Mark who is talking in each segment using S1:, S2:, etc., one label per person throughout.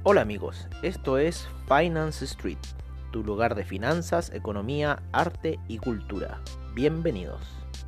S1: Hola amigos, esto es Finance Street, tu lugar de finanzas, economía, arte y cultura. Bienvenidos.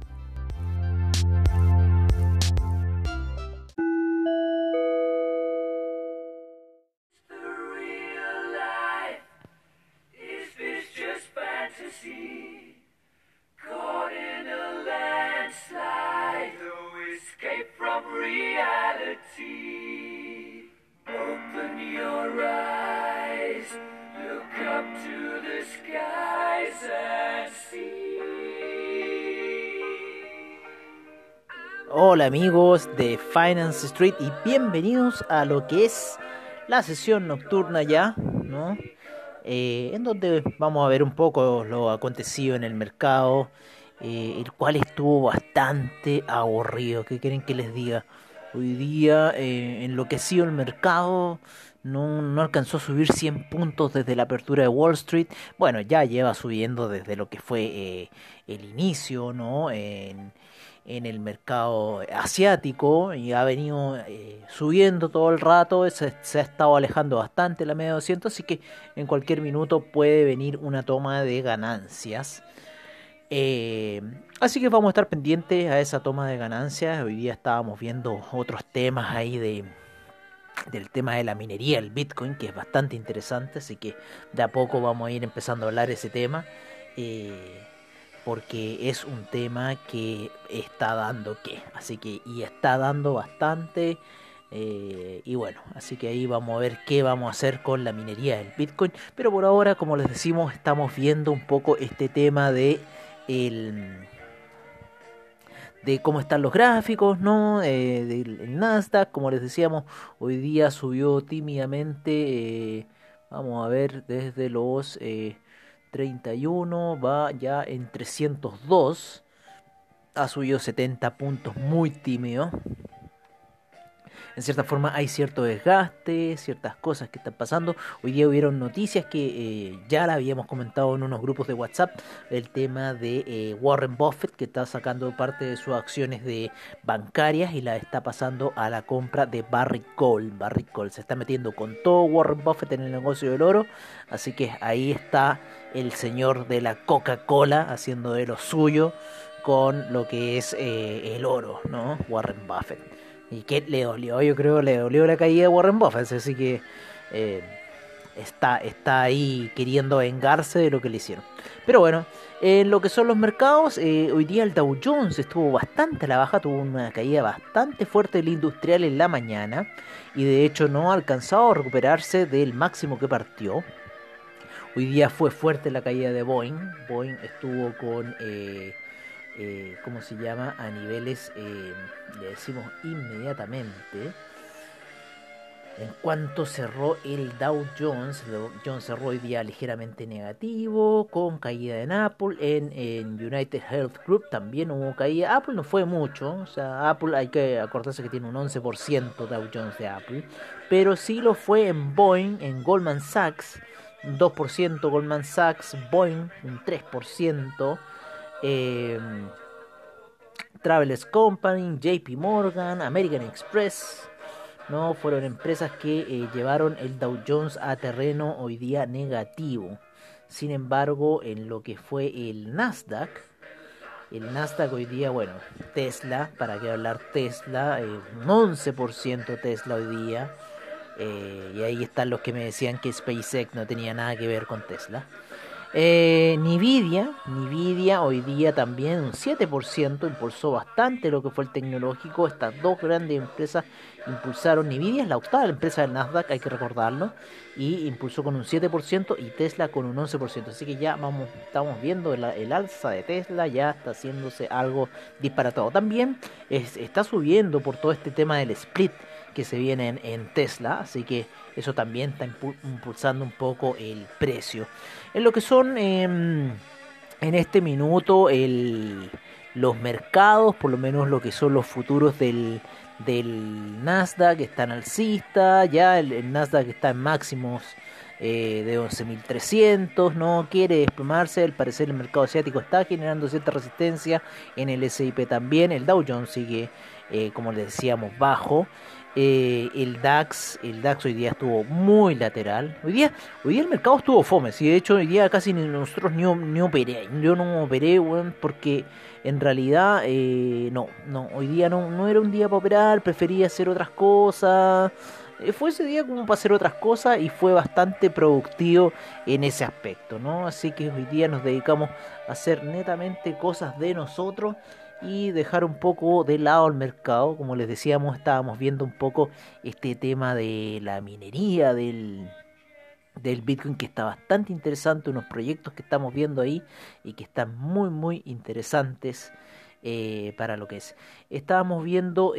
S1: Hola amigos de Finance Street y bienvenidos a lo que es la sesión nocturna ya, ¿no? En donde vamos a ver un poco lo acontecido en el mercado, el cual estuvo bastante aburrido. ¿Qué quieren que les diga? Hoy día enloqueció el mercado, no alcanzó a subir 100 puntos desde la apertura de Wall Street. Bueno, ya lleva subiendo desde lo que fue el inicio, ¿no? En el mercado asiático y ha venido subiendo todo el rato, se ha estado alejando bastante la media de 200, así que en cualquier minuto puede venir una toma de ganancias. Así que vamos a estar pendientes a esa toma de ganancias. Hoy día estábamos viendo otros temas ahí del tema de la minería, el Bitcoin, que es bastante interesante, así que de a poco vamos a ir empezando a hablar ese tema. Porque es un tema que está dando y está dando bastante, y bueno, así que ahí vamos a ver qué vamos a hacer con la minería del Bitcoin, pero por ahora, como les decimos, estamos viendo un poco este tema de cómo están los gráficos, ¿no? Del Nasdaq, como les decíamos, hoy día subió tímidamente, vamos a ver, desde los 31, va ya en 302, ha subido 70 puntos, muy tímido. En cierta forma hay cierto desgaste, ciertas cosas que están pasando. Hoy día hubieron noticias que ya la habíamos comentado en unos grupos de WhatsApp, el tema de Warren Buffett, que está sacando parte de sus acciones de bancarias y la está pasando a la compra de Barrick Gold. Barrick Gold se está metiendo con todo Warren Buffett en el negocio del oro, así que ahí está el señor de la Coca-Cola haciendo de lo suyo con lo que es el oro, ¿no? Warren Buffett. ¿Y qué le dolió? Yo creo que le dolió la caída de Warren Buffett, así que eh, está ahí queriendo vengarse de lo que le hicieron. Pero bueno, en lo que son los mercados, hoy día el Dow Jones estuvo bastante a la baja, tuvo una caída bastante fuerte del industrial en la mañana y de hecho no ha alcanzado a recuperarse del máximo que partió. Hoy día fue fuerte la caída de Boeing. Boeing estuvo con... ¿cómo se llama? A niveles, le decimos inmediatamente. En cuanto cerró el Dow Jones, el Dow Jones cerró hoy día ligeramente negativo, con caída en Apple, en United Health Group también hubo caída. Apple no fue mucho, o sea, Apple hay que acordarse que tiene un 11% Dow Jones de Apple, pero sí lo fue en Boeing, en Goldman Sachs, un 2% Goldman Sachs, Boeing un 3%. Eh, Travelers Company, JP Morgan, American Express, no fueron empresas que llevaron el Dow Jones a terreno hoy día negativo. Sin embargo, en lo que fue el Nasdaq hoy día, bueno, Tesla, para qué hablar Tesla, un 11% Tesla hoy día, y ahí están los que me decían que SpaceX no tenía nada que ver con Tesla. Nvidia hoy día también un 7%, impulsó bastante lo que fue el tecnológico. Estas dos grandes empresas impulsaron. Nvidia es la octava empresa del Nasdaq, hay que recordarlo, y impulsó con un 7% y Tesla con un 11%. Así que ya estamos viendo el alza de Tesla, ya está haciéndose algo disparatado. También está subiendo por todo este tema del split que se viene en Tesla, así que eso también está impulsando un poco el precio. En lo que son en este minuto los mercados, por lo menos lo que son los futuros del Nasdaq, están alcistas, ya el Nasdaq está en máximos de 11.300, no quiere desplomarse, al parecer el mercado asiático está generando cierta resistencia, en el S&P también, el Dow Jones sigue, como les decíamos, bajo. El DAX hoy día estuvo muy lateral. Hoy día el mercado estuvo fome. Sí, de hecho hoy día casi nosotros ni operé. Yo no operé, weón, porque en realidad no, hoy día no era un día para operar. Prefería hacer otras cosas. Fue ese día como para hacer otras cosas y fue bastante productivo en ese aspecto, ¿no? Así que hoy día nos dedicamos a hacer netamente cosas de nosotros y dejar un poco de lado el mercado. Como les decíamos, estábamos viendo un poco este tema de la minería del Bitcoin, que está bastante interesante, unos proyectos que estamos viendo ahí y que están muy interesantes para lo que es. Estábamos viendo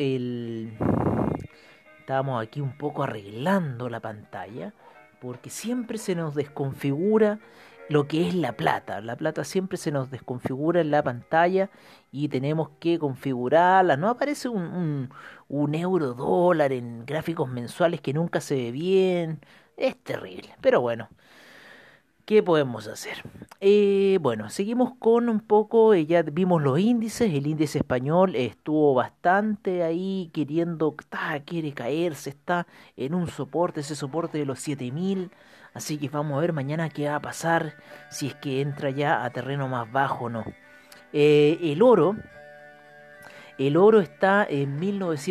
S1: Estábamos aquí un poco arreglando la pantalla porque siempre se nos desconfigura lo que es la plata. La plata siempre se nos desconfigura en la pantalla y tenemos que configurarla. No aparece un euro dólar en gráficos mensuales que nunca se ve bien. Es terrible, pero bueno. ¿Qué podemos hacer? Bueno, seguimos con un poco, ya vimos los índices. El índice español estuvo bastante ahí queriendo, quiere caerse, está en un soporte, ese soporte de los 7000. Así que vamos a ver mañana qué va a pasar, si es que entra ya a terreno más bajo o no. El oro. El oro está en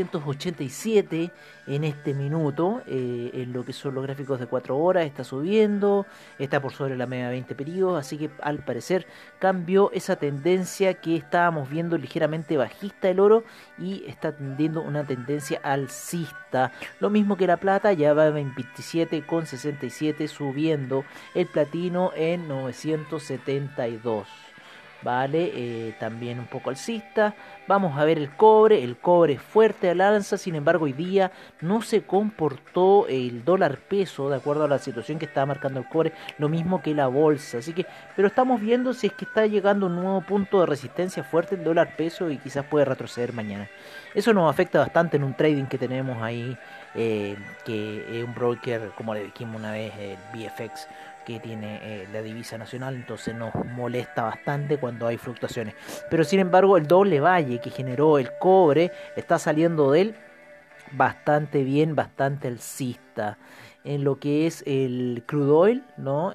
S1: 1987 en este minuto, en lo que son los gráficos de 4 horas, está subiendo, está por sobre la media 20 periodos, así que al parecer cambió esa tendencia que estábamos viendo ligeramente bajista el oro y está tendiendo una tendencia alcista. Lo mismo que la plata, ya va en 27,67 subiendo, el platino en 972. Vale, también un poco alcista. Vamos a ver el cobre es fuerte al alza, sin embargo hoy día no se comportó el dólar peso de acuerdo a la situación que estaba marcando el cobre, lo mismo que la bolsa, así que, pero estamos viendo si es que está llegando a un nuevo punto de resistencia fuerte el dólar peso y quizás puede retroceder mañana. Eso nos afecta bastante en un trading que tenemos ahí, que es un broker, como le dijimos una vez, el BFX, que tiene la divisa nacional, entonces nos molesta bastante cuando hay fluctuaciones. Pero sin embargo el doble valle que generó el cobre está saliendo de él bastante bien, bastante alcista. En lo que es el crude oil, ¿no?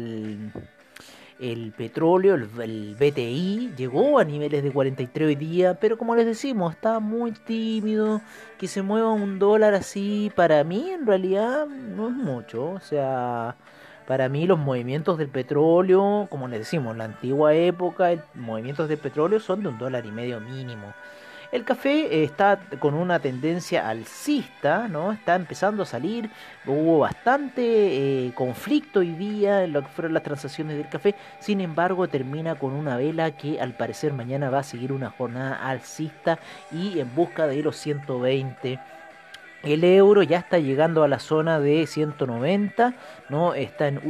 S1: El petróleo, el BTI, llegó a niveles de 43 hoy día, pero como les decimos, está muy tímido. Que se mueva un dólar así, para mí en realidad no es mucho. O sea, para mí los movimientos del petróleo, como les decimos, en la antigua época, movimientos del petróleo son de $1,50 mínimo. El café está con una tendencia alcista, ¿no? Está empezando a salir. Hubo bastante conflicto hoy día en lo que fueron las transacciones del café. Sin embargo, termina con una vela que al parecer mañana va a seguir una jornada alcista y en busca de los 120. El euro ya está llegando a la zona de 190, ¿no? Está en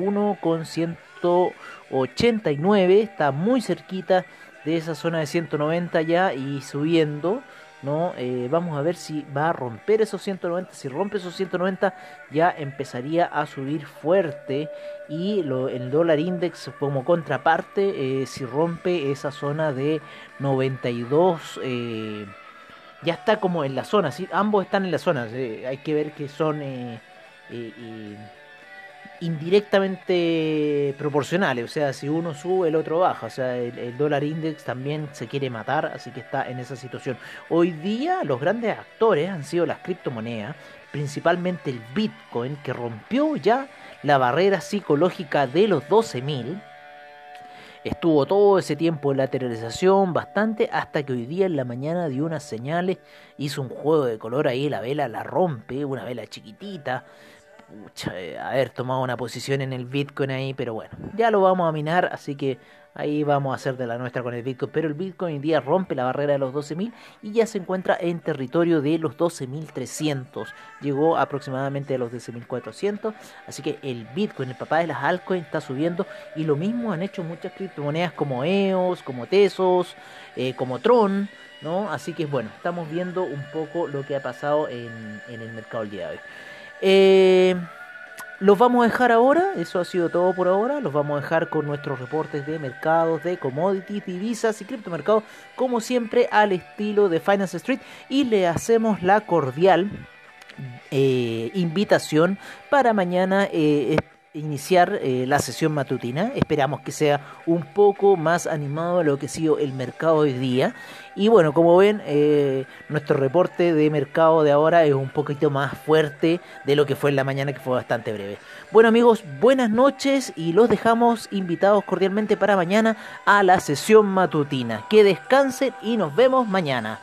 S1: 1,189, está muy cerquita de esa zona de 190 ya y subiendo, ¿no? Vamos a ver si va a romper esos 190. Si rompe esos 190 ya empezaría a subir fuerte y el dólar index como contraparte, si rompe esa zona de 92, ya está como en la zona, ¿sí? Ambos están en la zona, hay que ver que son eh, indirectamente proporcionales, o sea, si uno sube el otro baja, o sea, el dólar index también se quiere matar, así que está en esa situación. Hoy día los grandes actores han sido las criptomonedas, principalmente el Bitcoin, que rompió ya la barrera psicológica de los 12.000. Estuvo todo ese tiempo en lateralización bastante hasta que hoy día en la mañana dio unas señales, hizo un juego de color ahí, la vela la rompe, una vela chiquitita. Pucha, haber tomado una posición en el Bitcoin ahí, pero bueno, ya lo vamos a minar, así que ahí vamos a hacer de la nuestra con el Bitcoin. Pero el Bitcoin hoy día rompe la barrera de los 12.000 y ya se encuentra en territorio de los 12.300. Llegó aproximadamente a los 12.400. Así que el Bitcoin, el papá de las altcoins, está subiendo. Y lo mismo han hecho muchas criptomonedas como EOS, como Tesos, como Tron, ¿no? Así que bueno, estamos viendo un poco lo que ha pasado en el mercado el día de hoy. Los vamos a dejar ahora, eso ha sido todo por ahora. Los vamos a dejar con nuestros reportes de mercados, de commodities, divisas y criptomercados, como siempre al estilo de Finance Street. Y le hacemos la cordial invitación para mañana iniciar la sesión matutina. Esperamos que sea un poco más animado a lo que ha sido el mercado hoy día. Y bueno, como ven, nuestro reporte de mercado de ahora es un poquito más fuerte de lo que fue en la mañana, que fue bastante breve. Bueno amigos, buenas noches y los dejamos invitados cordialmente para mañana a la sesión matutina. Que descansen y nos vemos mañana.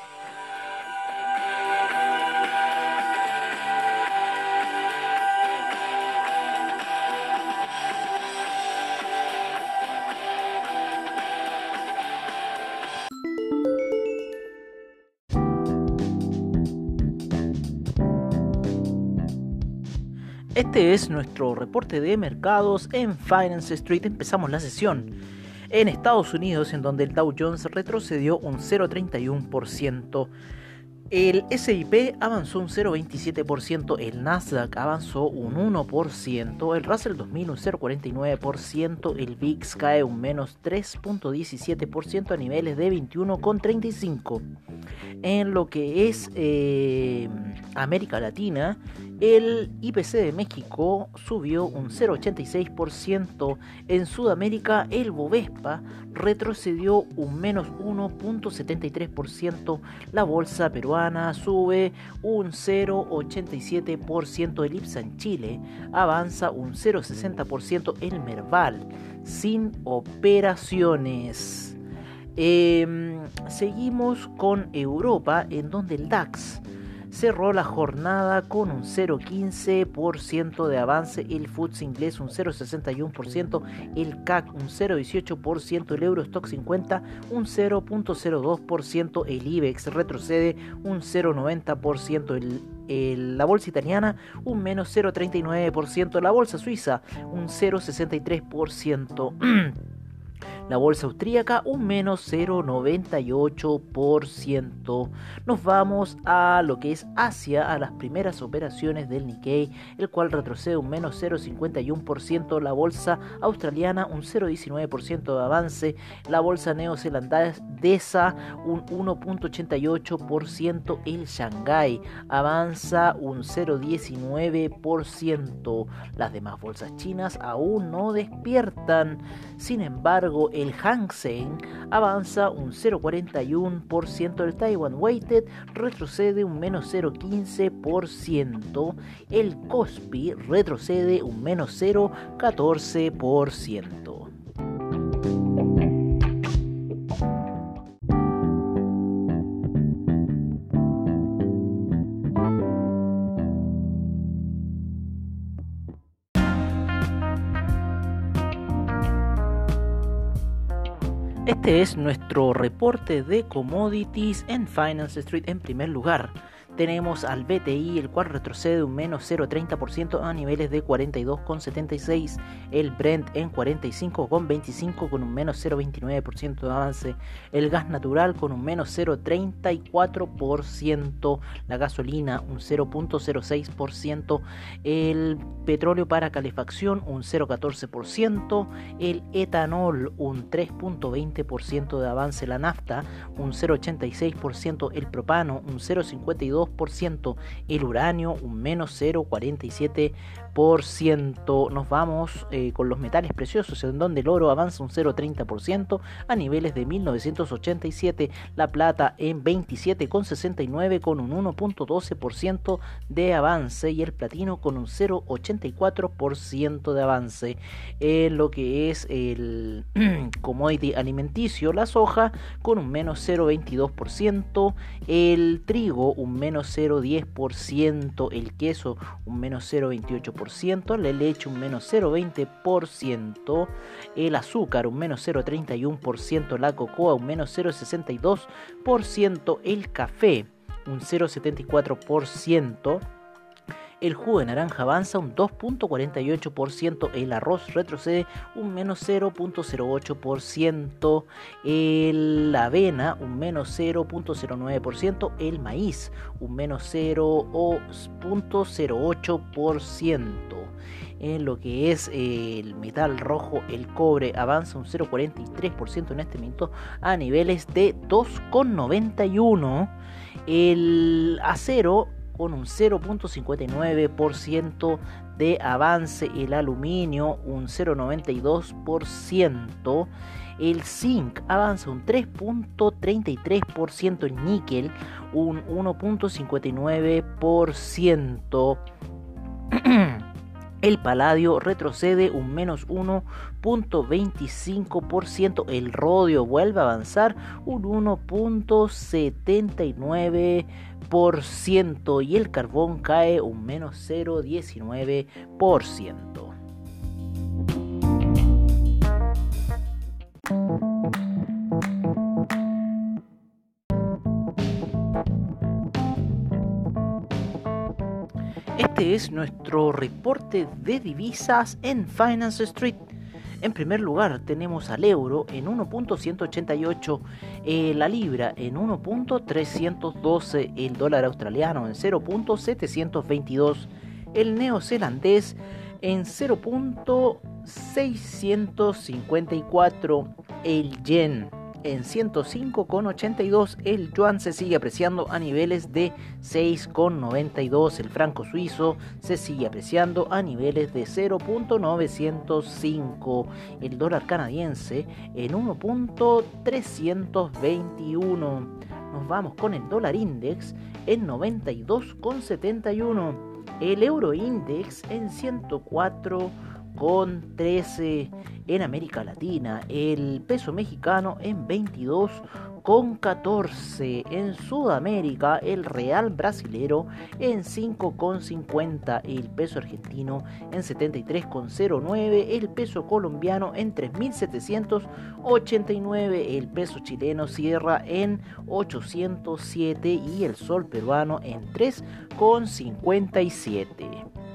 S1: Este es nuestro reporte de mercados en Finance Street. Empezamos la sesión en Estados Unidos, en donde el Dow Jones retrocedió un 0,31%. El S&P avanzó un 0,27%, el Nasdaq avanzó un 1%, el Russell 2000 un 0,49%, el VIX cae un menos 3,17% a niveles de 21,35. En lo que es América Latina, el IPC de México subió un 0,86%. En Sudamérica, el Bovespa retrocedió un menos 1,73%. La bolsa peruana sube un 0,87%. El IPSA en Chile avanza un 0,60%. El Merval sin operaciones. Seguimos con Europa, en donde el DAX cerró la jornada con un 0,15% de avance, el FTSE inglés un 0,61%, el CAC un 0,18%, el Eurostock 50 un 0,02%, el IBEX retrocede un 0,90%, la bolsa italiana un menos 0,39%, la bolsa suiza un 0,63%. La bolsa austríaca un menos 0,98%. Nos vamos a lo que es Asia, a las primeras operaciones del Nikkei, el cual retrocede un menos 0,51%. La bolsa australiana un 0,19% de avance. La bolsa neozelandesa un 1,88%. El Shanghái avanza un 0,19%. Las demás bolsas chinas aún no despiertan. Sin embargo, el Hang Seng avanza un 0,41%, el Taiwan Weighted retrocede un menos 0,15%, el Kospi retrocede un menos 0,14%. Este es nuestro reporte de commodities en Finance Street. En primer lugar, tenemos al BTI, el cual retrocede un menos 0,30% a niveles de 42,76. El Brent en 45,25 con un menos 0,29% de avance. El gas natural con un menos 0,34%. La gasolina un 0,06%. El petróleo para calefacción un 0,14%. El etanol un 3,20% de avance. La nafta un 0,86%. El propano un 0,52%. El uranio un menos 0,47%. Nos vamos con los metales preciosos, en donde el oro avanza un 0,30% a niveles de 1987, la plata en 27,69 con un 1,12% de avance y el platino con un 0,84% de avance. En lo que es el commodity alimenticio, la soja con un menos 0,22%, el trigo un menos 0,10%, el queso un menos 0,28%, la leche un menos 0,20%, el azúcar un menos 0,31%, la cocoa un menos 0,62%, el café un 0,74%, el jugo de naranja avanza un 2,48%, el arroz retrocede un menos 0,08%, la avena un menos 0,09%, el maíz un menos 0,08%. En lo que es el metal rojo, el cobre avanza un 0,43% en este momento a niveles de 2,91. El acero con un 0.59% de avance, el aluminio un 0.92%, el zinc avanza un 3.33%, el níquel un 1.59%. El paladio retrocede un menos 1.25%, el rodio vuelve a avanzar un 1.79% y el carbón cae un menos 0.19%. Este es nuestro reporte de divisas en Finance Street. En primer lugar tenemos al euro en 1.188, la libra en 1.312, el dólar australiano en 0.722, el neozelandés en 0.654, el yen en 105,82, el yuan se sigue apreciando a niveles de 6,92, el franco suizo se sigue apreciando a niveles de 0.905, el dólar canadiense en 1.321. Nos vamos con el dólar index en 92,71, el euro index en 104,13. En América Latina, el peso mexicano en 22,14. En Sudamérica, el real brasilero en 5,50. El peso argentino en 73,09. El peso colombiano en 3.789. El peso chileno cierra en 807 y el sol peruano en 3,57.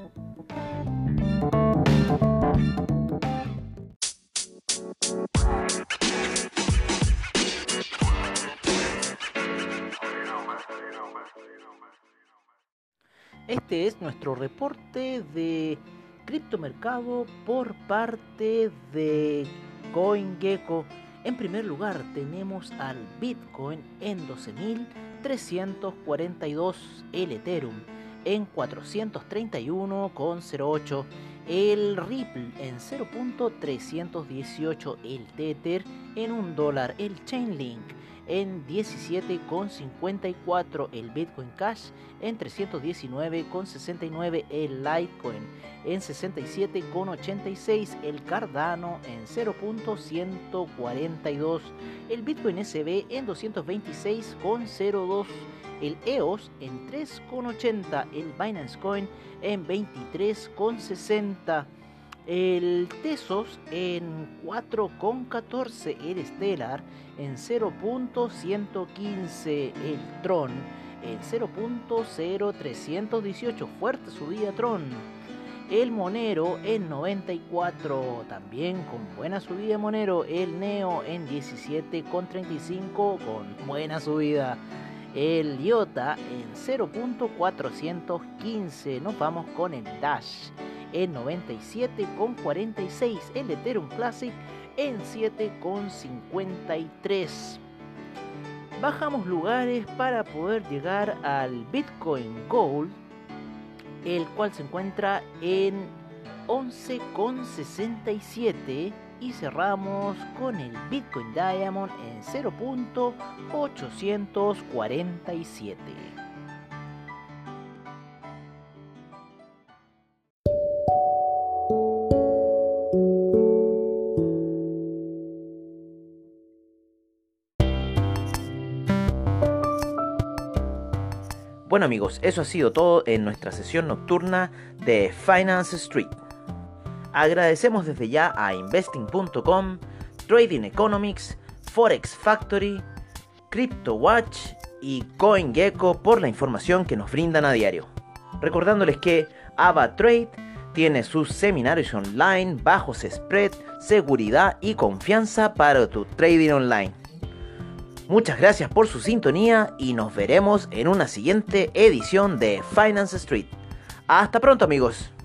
S1: Este es nuestro reporte de criptomercado por parte de CoinGecko. En primer lugar tenemos al Bitcoin en 12.342, el Ethereum en 431,08, el Ripple en 0.318, el Tether en $1, el Chainlink en 17,54, el Bitcoin Cash en 319,69, el Litecoin en 67,86, el Cardano en 0.142, el Bitcoin SB en 226,02, el EOS en 3,80, el Binance Coin en 23,60, el Tesos en 4,14, el Stellar en 0.115, el Tron en 0.0318, fuerte subida Tron, el Monero en 94, también con buena subida Monero, el Neo en 17,35 con buena subida, el IOTA en 0.415, nos vamos con el Dash en 97,46, el Ethereum Classic en 7,53. Bajamos lugares para poder llegar al Bitcoin Gold, el cual se encuentra en 11,67, y cerramos con el Bitcoin Diamond en 0.847. Bueno amigos, eso ha sido todo en nuestra sesión nocturna de Finance Street. Agradecemos desde ya a Investing.com, Trading Economics, Forex Factory, CryptoWatch y CoinGecko por la información que nos brindan a diario. Recordándoles que AvaTrade tiene sus seminarios online, bajos spread, seguridad y confianza para tu trading online. Muchas gracias por su sintonía y nos veremos en una siguiente edición de Finance Street. Hasta pronto amigos.